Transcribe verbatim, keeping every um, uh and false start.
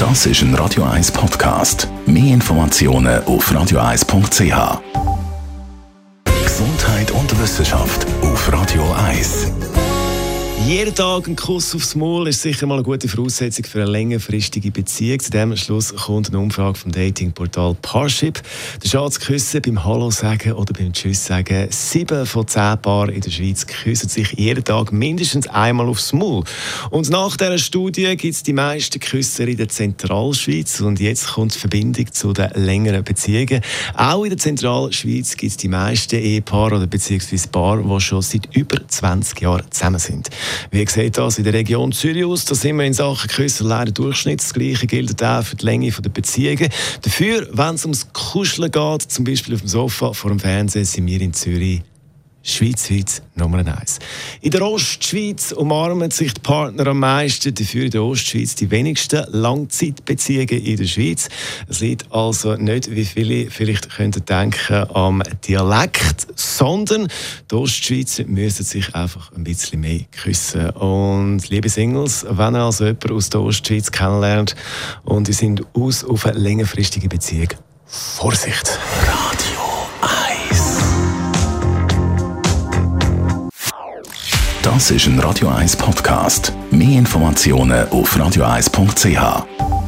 Das ist ein Radio eins Podcast. Mehr Informationen auf radio eins punkt c h. Gesundheit und Wissenschaft auf Radio eins. Jeden Tag ein Kuss aufs Maul ist sicher mal eine gute Voraussetzung für eine längerfristige Beziehung. Zu dem Schluss kommt eine Umfrage vom Datingportal Parship. Der Schatz küssen beim Hallo sagen oder beim Tschüss sagen. Sieben von zehn Paaren in der Schweiz küssen sich jeden Tag mindestens einmal aufs Maul. Und nach dieser Studie gibt es die meisten Küsser in der Zentralschweiz. Und jetzt kommt die Verbindung zu den längeren Beziehungen. Auch in der Zentralschweiz gibt es die meisten Ehepaare oder beziehungsweise Paare, die schon seit über zwanzig Jahren zusammen sind. Wie sieht das in der Region Zürich aus? Da sind wir in Sachen Küssen leider Durchschnitt. Das Gleiche gilt auch für die Länge der Beziehungen. Dafür, wenn es ums Kuscheln geht, zum Beispiel auf dem Sofa vor dem Fernsehen, sind wir in Zürich schweizweit Nummer eins. In der Ostschweiz umarmen sich die Partner am meisten, dafür in der Ostschweiz die wenigsten Langzeitbeziehungen in der Schweiz. Es liegt also nicht, wie viele vielleicht könnten denken, am Dialekt, sondern die Ostschweizer müssen sich einfach ein bisschen mehr küssen. Und liebe Singles, wenn ihr also jemanden aus der Ostschweiz kennenlernt und ihr seid aus auf eine längerfristige Beziehung, Vorsicht! Radio eins. Das ist ein Radio eins Podcast. Mehr Informationen auf radio eins punkt c h.